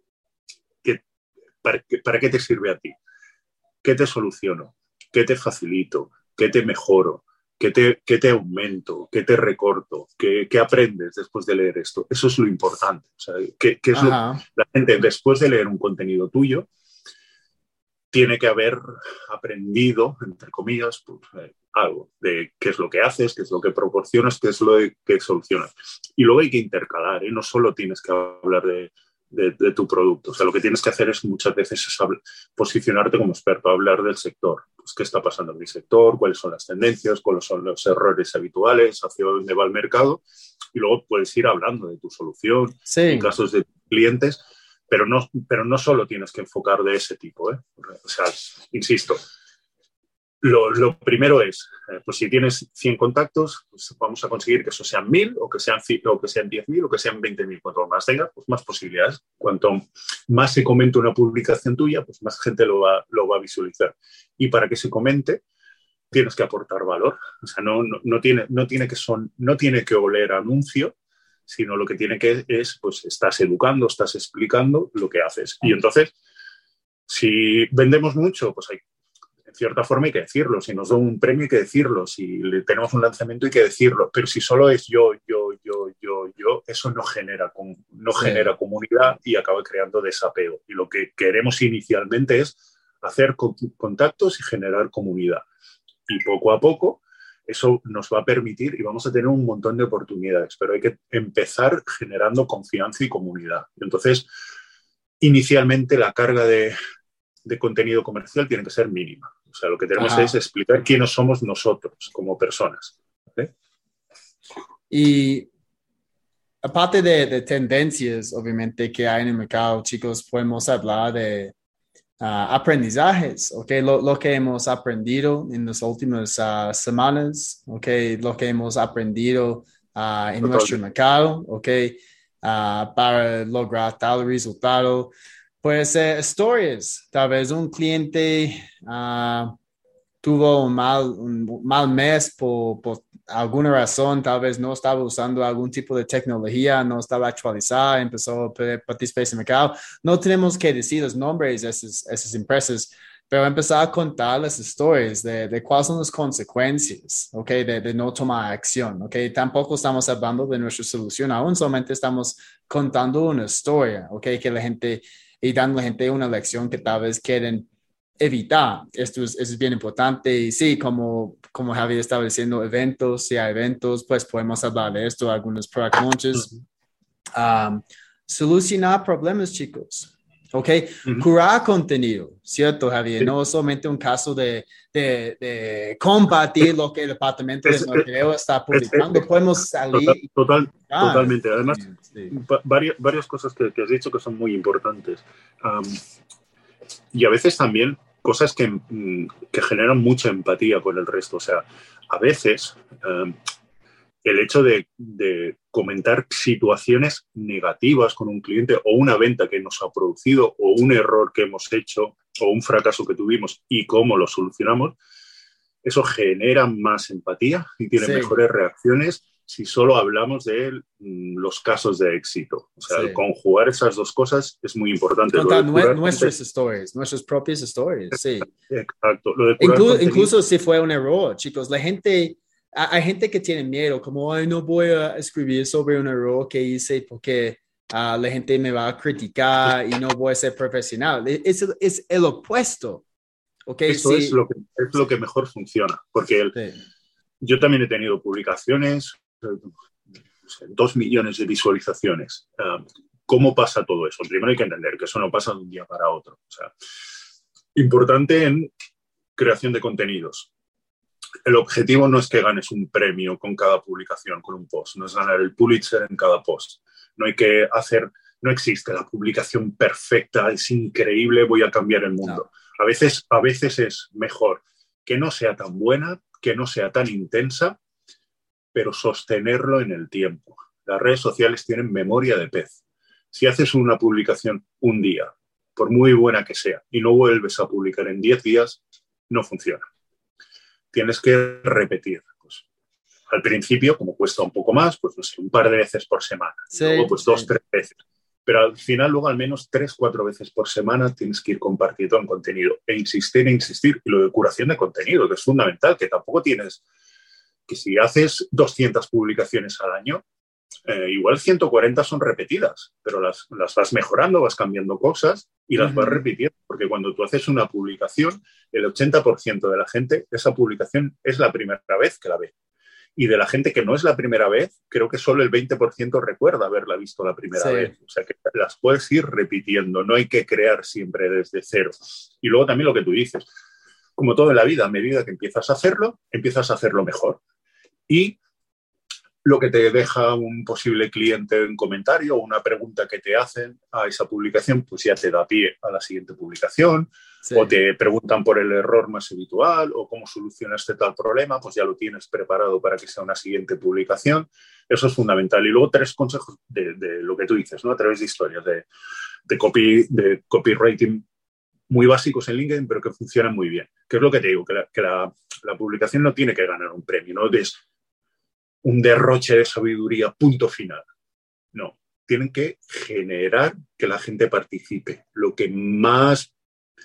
S2: ¿para qué te sirve a ti? ¿Qué te soluciono? ¿Qué te facilito? ¿Qué te mejoro? ¿Qué te aumento? ¿Qué te recorto? ¿Qué aprendes después de leer esto? Eso es lo importante. O sea, ¿qué es la gente, después de leer un contenido tuyo, tiene que haber aprendido, entre comillas, pues, algo de qué es lo que haces, qué es lo que proporcionas, qué es lo que solucionas. Y luego hay que intercalar, ¿eh? No solo tienes que hablar de tu producto. O sea, lo que tienes que hacer es muchas veces posicionarte como experto, hablar del sector. Pues, ¿qué está pasando en mi sector? ¿Cuáles son las tendencias? ¿Cuáles son los errores habituales? ¿Hacia dónde va el mercado? Y luego puedes ir hablando de tu solución, en casos de clientes, pero no solo tienes que enfocar de ese tipo, ¿eh? O sea, insisto, lo primero es, pues si tienes 100 contactos, pues vamos a conseguir que eso sean 1000 o que sean 10.000 o que sean 20.000. Cuanto más tengas, pues más posibilidades. Cuanto más se comente una publicación tuya, pues más gente lo va a visualizar. Y para que se comente, tienes que aportar valor. O sea, no tiene que oler anuncio, sino lo que tiene que es, pues estás educando, estás explicando lo que haces. Y entonces, si vendemos mucho, pues en cierta forma hay que decirlo. Si nos da un premio hay que decirlo. Si tenemos un lanzamiento hay que decirlo. Pero si solo es yo, eso no genera comunidad y acaba creando desapego. Y lo que queremos inicialmente es hacer contactos y generar comunidad. Y poco a poco eso nos va a permitir y vamos a tener un montón de oportunidades, pero hay que empezar generando confianza y comunidad. Entonces, inicialmente la carga de contenido comercial tiene que ser mínima. O sea, lo que tenemos es explicar quiénes somos nosotros como personas. ¿Okay?
S1: Y aparte de tendencias, obviamente, que hay en el mercado, chicos, podemos hablar de aprendizajes, ¿ok? Lo que hemos aprendido en las últimas semanas, ¿ok? Lo que hemos aprendido en nuestro mercado, ¿ok? Para lograr tal resultado. Pues stories, tal vez un cliente tuvo un mal mes por alguna razón, tal vez no estaba usando algún tipo de tecnología, no estaba actualizada, empezó a participar en el mercado. No tenemos que decir los nombres de esas empresas, pero empezar a contar las stories de cuáles son las consecuencias, ¿okay? De no tomar acción, ¿okay? Tampoco estamos hablando de nuestra solución, aún solamente estamos contando una historia, ¿okay? Que la gente, y dando a la gente una lección que tal vez quieren evitar. Esto es bien importante. Y sí, como Javier estaba diciendo, si hay eventos, pues podemos hablar de esto, algunos product launches. Solucionar problemas, chicos. ¿Ok? Curar contenido, ¿cierto, Javier? No solamente un caso de compartir lo que el departamento de mercadeo está publicando. Podemos salir.
S2: Totalmente. Además, varias cosas que has dicho que son muy importantes. Y a veces también cosas que generan mucha empatía con el resto. O sea, a veces el hecho de comentar situaciones negativas con un cliente o una venta que nos ha producido o un error que hemos hecho o un fracaso que tuvimos y cómo lo solucionamos, eso genera más empatía y tiene mejores reacciones si solo hablamos de los casos de éxito. O sea, el conjugar esas dos cosas es muy importante.
S1: Contar nuestras stories, nuestras propias stories, sí.
S2: Exacto.
S1: Incluso si fue un error, chicos, hay gente que tiene miedo, como, ay, no voy a escribir sobre un error que hice porque la gente me va a criticar y no voy a ser profesional. Es el opuesto. Okay,
S2: Eso
S1: sí,
S2: es lo que mejor funciona, porque yo también he tenido publicaciones, 2 millones de visualizaciones. ¿Cómo pasa todo eso? Primero hay que entender que eso no pasa de un día para otro. O sea, importante en creación de contenidos. El objetivo no es que ganes un premio con cada publicación, con un post, no es ganar el Pulitzer en cada post. No existe la publicación perfecta, es increíble, voy a cambiar el mundo. No. A veces es mejor que no sea tan buena, que no sea tan intensa, pero sostenerlo en el tiempo. Las redes sociales tienen memoria de pez. Si haces una publicación un día, por muy buena que sea, y no vuelves a publicar en 10 días, no funciona. Tienes que repetir. Pues, al principio, como cuesta un poco más, pues no sé, un par de veces por semana. Sí, luego, pues 2, 3 veces. Pero al final, luego, al menos 3, 4 veces por semana tienes que ir compartiendo en contenido. E insistir. Y lo de curación de contenido, que es fundamental, que tampoco tienes... Que si haces 200 publicaciones al año, igual 140 son repetidas, pero las vas mejorando, vas cambiando cosas y las vas repitiendo, porque cuando tú haces una publicación, el 80% de la gente, esa publicación es la primera vez que la ve. Y de la gente que no es la primera vez, creo que solo el 20% recuerda haberla visto la primera vez. O sea, que las puedes ir repitiendo, no hay que crear siempre desde cero. Y luego también lo que tú dices, como todo en la vida, a medida que empiezas a hacerlo mejor. Y lo que te deja un posible cliente en comentario o una pregunta que te hacen a esa publicación, pues ya te da pie a la siguiente publicación, o te preguntan por el error más habitual o cómo solucionaste tal problema, pues ya lo tienes preparado para que sea una siguiente publicación. Eso es fundamental. Y luego 3 consejos de lo que tú dices, ¿no? A través de historias de copywriting muy básicos en LinkedIn, pero que funcionan muy bien. ¿Qué es lo que te digo? Que la publicación no tiene que ganar un premio, no es un derroche de sabiduría, punto final. No, tienen que generar que la gente participe. Lo que más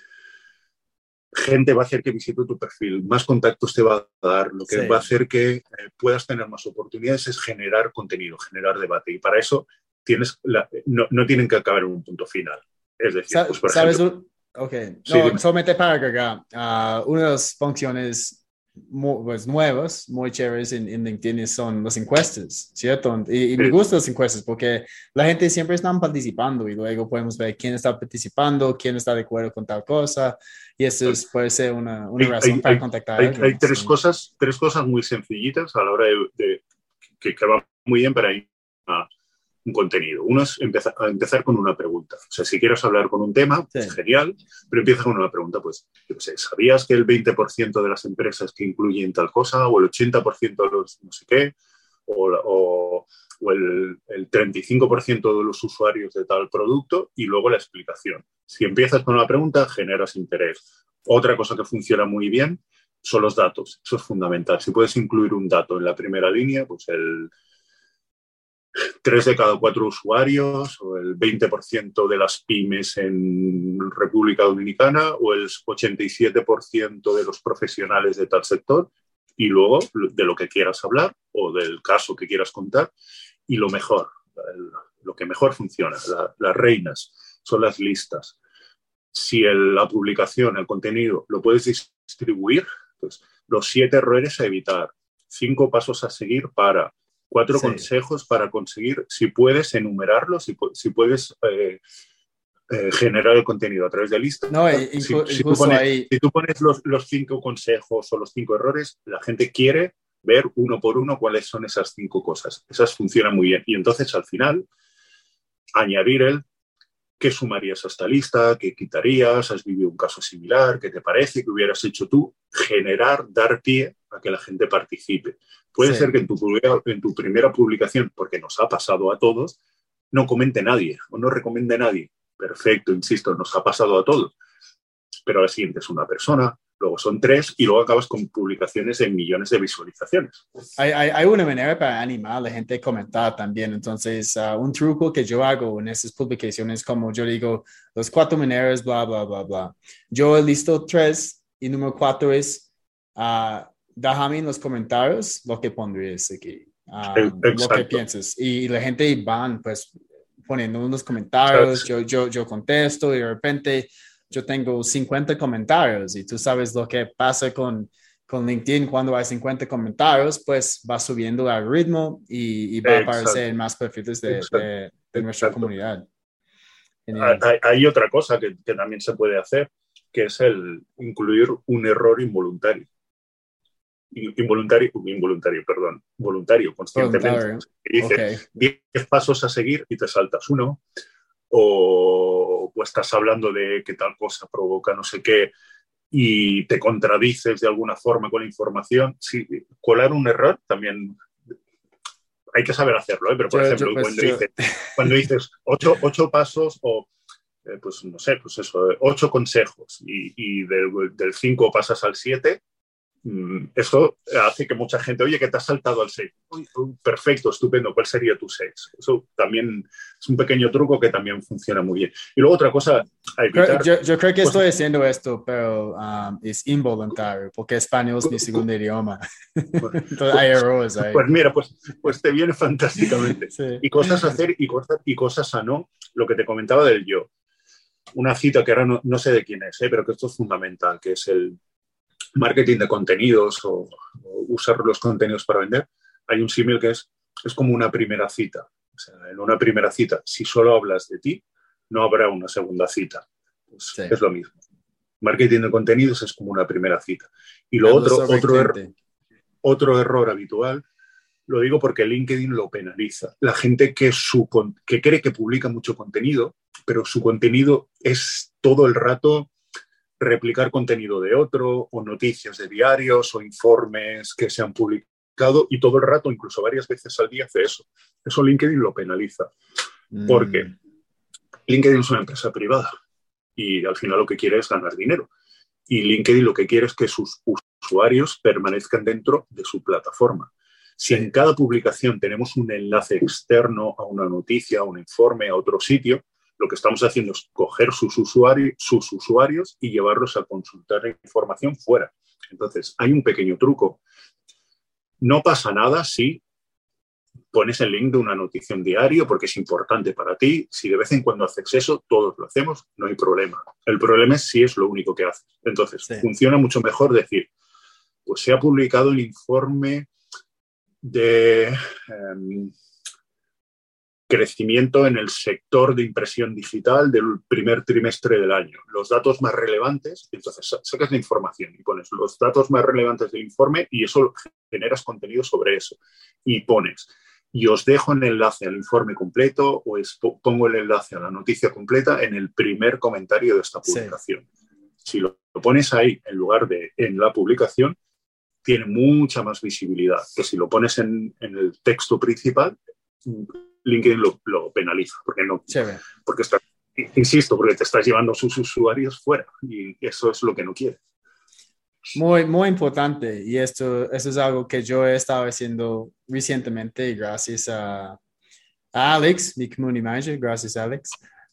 S2: gente va a hacer que visite tu perfil, más contactos te va a dar, lo que va a hacer que puedas tener más oportunidades es generar contenido, generar debate. Y para eso no tienen que acabar en un punto final. Es decir, pues por ejemplo...
S1: Okay. No, solamente para agregar, una de las funciones nuevas, muy chéveres en LinkedIn son las encuestas, ¿cierto? Y me gustan las encuestas porque la gente siempre está participando y luego podemos ver quién está participando, quién está de acuerdo con tal cosa, y eso puede ser una razón para contactar a alguien.
S2: Hay tres cosas muy sencillitas a la hora de que va muy bien para ir a un contenido. Uno es empezar con una pregunta. O sea, si quieres hablar con un tema, pues genial, pero empieza con una pregunta, pues, yo qué sé, ¿sabías que el 20% de las empresas que incluyen tal cosa, o el 80% de los no sé qué, o el 35% de los usuarios de tal producto, y luego la explicación? Si empiezas con una pregunta, generas interés. Otra cosa que funciona muy bien son los datos. Eso es fundamental. Si puedes incluir un dato en la primera línea, pues el 3 de cada 4 usuarios, o el 20% de las pymes en República Dominicana, o el 87% de los profesionales de tal sector, y luego de lo que quieras hablar o del caso que quieras contar. Y lo mejor, lo que mejor funciona, las reinas, son las listas. Si la publicación, el contenido, lo puedes distribuir, pues los 7 errores a evitar, 5 pasos a seguir para... 4 consejos para conseguir, si puedes enumerarlos, si puedes generar el contenido a través de listas.
S1: No,
S2: si tú pones los 5 consejos o los 5 errores, la gente quiere ver uno por uno cuáles son esas 5 cosas. Esas funcionan muy bien. Y entonces, al final, añadir qué sumarías a esta lista, qué quitarías, has vivido un caso similar, qué te parece, qué hubieras hecho tú, dar pie a que la gente participe. Puede ser que en tu primera publicación, porque nos ha pasado a todos, no comente nadie o no recomiende nadie. Perfecto, insisto, nos ha pasado a todos. Pero la siguiente es una persona, luego son 3 y luego acabas con publicaciones de millones de visualizaciones.
S1: Hay una manera para animar a la gente a comentar también. Entonces, un truco que yo hago en esas publicaciones, como yo digo, las 4 maneras, bla, bla, bla, bla. Yo listo 3 y número 4 es... déjame en los comentarios lo que pondrías aquí, lo que piensas. Y la gente van, pues, poniendo unos comentarios, yo contesto y de repente yo tengo 50 comentarios y tú sabes lo que pasa con LinkedIn cuando hay 50 comentarios, pues va subiendo el algoritmo y va a aparecer en más perfiles de nuestra comunidad.
S2: Hay otra cosa que también se puede hacer, que es el incluir un error voluntario, conscientemente. Dices 10 pasos a seguir y te saltas uno, o estás hablando de que tal cosa provoca no sé qué y te contradices de alguna forma con la información. Sí, colar un error también hay que saber hacerlo, ¿eh? Pero por ejemplo, cuando dices 8 pasos o pues no sé, pues eso, 8 consejos y del 5 pasas al 7, eso hace que mucha gente, oye, que te has saltado al 6. Perfecto, estupendo, ¿cuál sería tu 6? Eso también es un pequeño truco que también funciona muy bien. Y luego otra cosa a evitar...
S1: Yo creo que estoy haciendo esto, pero es involuntario, porque español es mi segundo idioma. Entonces hay errores ahí.
S2: Pues mira, pues te viene fantásticamente. Sí. Y cosas a hacer y cosas a no. Lo que te comentaba del yo. Una cita que ahora no sé de quién es, pero que esto es fundamental, que es el marketing de contenidos o usar los contenidos para vender. Hay un símil que es como una primera cita. O sea, en una primera cita, si solo hablas de ti, no habrá una segunda cita. Pues sí. Es lo mismo. Marketing de contenidos es como una primera cita. Y lo otro error habitual, lo digo porque LinkedIn lo penaliza. La gente que cree que publica mucho contenido, pero su contenido es todo el rato replicar contenido de otro, o noticias de diarios, o informes que se han publicado, y todo el rato, incluso varias veces al día, hace eso. Eso LinkedIn lo penaliza. Porque LinkedIn es una empresa privada y al final lo que quiere es ganar dinero. Y LinkedIn lo que quiere es que sus usuarios permanezcan dentro de su plataforma. Si en cada publicación tenemos un enlace externo a una noticia, a un informe, a otro sitio, lo que estamos haciendo es coger sus usuarios y llevarlos a consultar la información fuera. Entonces, hay un pequeño truco. No pasa nada si pones el link de una noticia en diario porque es importante para ti. Si de vez en cuando haces eso, todos lo hacemos, no hay problema. El problema es si es lo único que haces. Entonces, funciona mucho mejor decir, pues se ha publicado el informe de crecimiento en el sector de impresión digital del primer trimestre del año. Los datos más relevantes, entonces sacas la información y pones los datos más relevantes del informe y eso generas contenido sobre eso. Y pones, y os dejo el enlace al informe completo o pongo el enlace a la noticia completa en el primer comentario de esta publicación. Si lo pones ahí en lugar de en la publicación, tiene mucha más visibilidad que si lo pones en el texto principal. LinkedIn lo penaliza, porque te estás llevando a sus usuarios fuera y eso es lo que no quiere.
S1: Muy, muy importante, y eso es algo que yo he estado haciendo recientemente gracias a Alex, mi community manager, gracias Alex,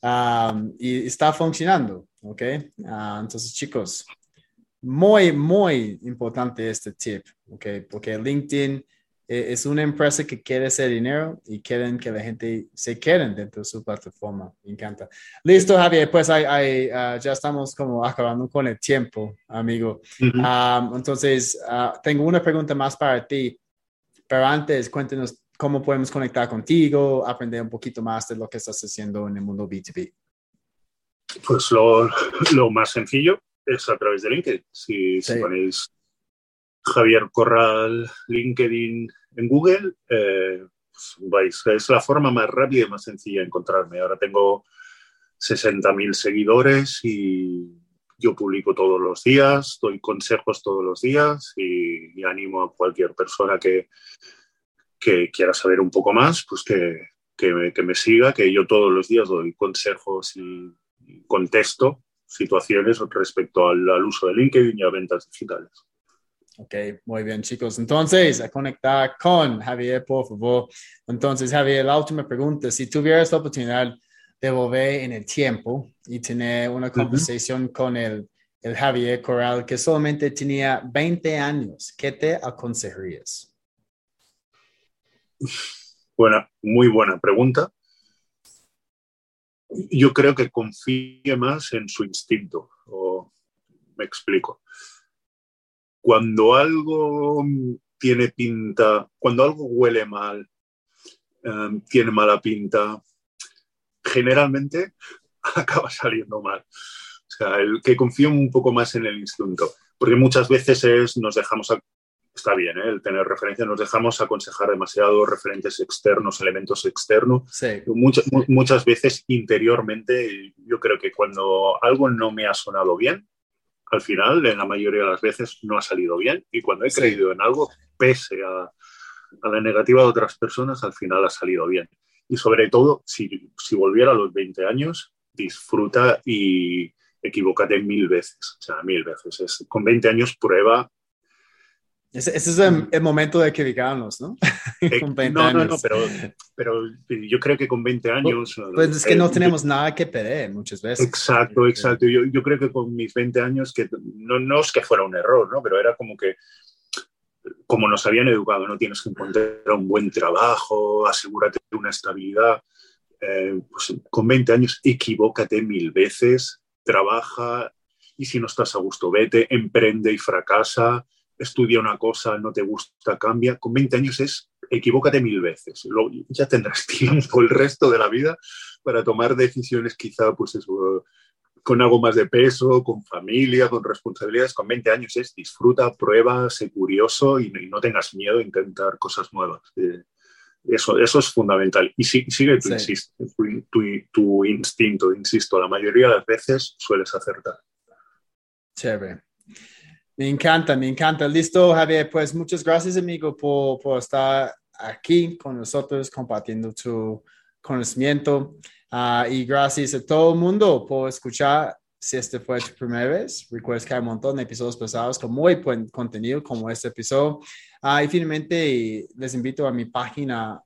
S1: y está funcionando, ¿ok? Entonces, chicos, muy, muy importante este tip, ¿ok? Porque LinkedIn es una empresa que quiere hacer dinero y quieren que la gente se quede dentro de su plataforma. Me encanta. Listo, Javier, pues ya estamos como acabando con el tiempo, amigo. Entonces, tengo una pregunta más para ti, pero antes, cuéntanos cómo podemos conectar contigo, aprender un poquito más de lo que estás haciendo en el mundo B2B.
S2: Pues lo más sencillo es a través de LinkedIn. Si ponéis Javier Corral, LinkedIn en Google, es la forma más rápida y más sencilla de encontrarme. Ahora tengo 60.000 seguidores y yo publico todos los días, doy consejos todos los días y animo a cualquier persona que quiera saber un poco más, pues que me siga, que yo todos los días doy consejos y contesto situaciones respecto al uso de LinkedIn y a ventas digitales.
S1: Ok, muy bien, chicos. Entonces, a conectar con Javier, por favor. Entonces, Javier, la última pregunta. Si tuvieras la oportunidad de volver en el tiempo y tener una conversación con el Javier Corral que solamente tenía 20 años, ¿qué te aconsejarías?
S2: Muy buena pregunta. yo creo que confíe más en su instinto. O, me explico. Cuando algo tiene pinta, cuando algo huele mal, tiene mala pinta, generalmente acaba saliendo mal. O sea, el que confíe un poco más en el instinto. Porque muchas veces nos dejamos, está bien, el tener referencias, nos dejamos aconsejar demasiado, referentes externos, elementos externos.
S1: Sí.
S2: Muchas veces interiormente, yo creo que cuando algo no me ha sonado bien, al final, en la mayoría de las veces, no ha salido bien. Y cuando he creído en algo, pese a la negativa de otras personas, al final ha salido bien. Y sobre todo, si volviera a los 20 años, disfruta y equivócate 1000 veces. O sea, 1000 veces. Con 20 años prueba.
S1: Ese es el momento de equivocarnos, ¿no? Con 20 años.
S2: No, pero yo creo que con 20 años...
S1: Pues es que no tenemos nada que perder muchas veces.
S2: Exacto. Yo creo que con mis 20 años, que no es que fuera un error, ¿no? Pero era como que, como nos habían educado, no tienes que encontrar un buen trabajo, asegúrate de una estabilidad. Pues con 20 años, equivócate 1000 veces, trabaja, y si no estás a gusto, vete, emprende y fracasa, estudia una cosa, no te gusta, cambia. Con 20 años es equivócate 1000 veces. Ya tendrás tiempo el resto de la vida para tomar decisiones quizá, pues eso, con algo más de peso, con familia, con responsabilidades. Con 20 años es disfruta, prueba, sé curioso y no tengas miedo a intentar cosas nuevas. Eso es fundamental. Y sigue tu instinto, insisto, la mayoría de las veces sueles acertar.
S1: Chévere. Me encanta. Listo, Javier. Pues muchas gracias, amigo, por estar aquí con nosotros compartiendo tu conocimiento. Y gracias a todo el mundo por escuchar. Si este fue tu primera vez, recuerda que hay un montón de episodios pasados con muy buen contenido como este episodio. Y finalmente les invito a mi página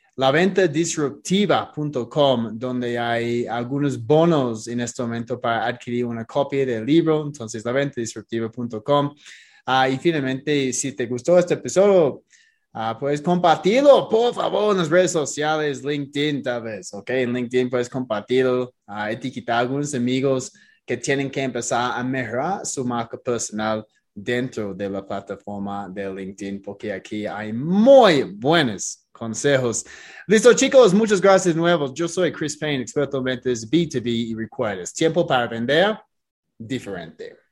S1: laventadisruptiva.com, donde hay algunos bonos en este momento para adquirir una copia del libro. Entonces, laventadisruptiva.com. Y finalmente, si te gustó este episodio, puedes compartirlo, por favor, en las redes sociales, LinkedIn tal vez, ¿ok? En LinkedIn puedes compartirlo, etiquetar a algunos amigos que tienen que empezar a mejorar su marca personal dentro de la plataforma de LinkedIn, porque aquí hay muy buenos consejos. Listo, chicos, muchas gracias nuevos. Yo soy Chris Payne, experto en ventas B2B y recuerdes, tiempo para vender diferente.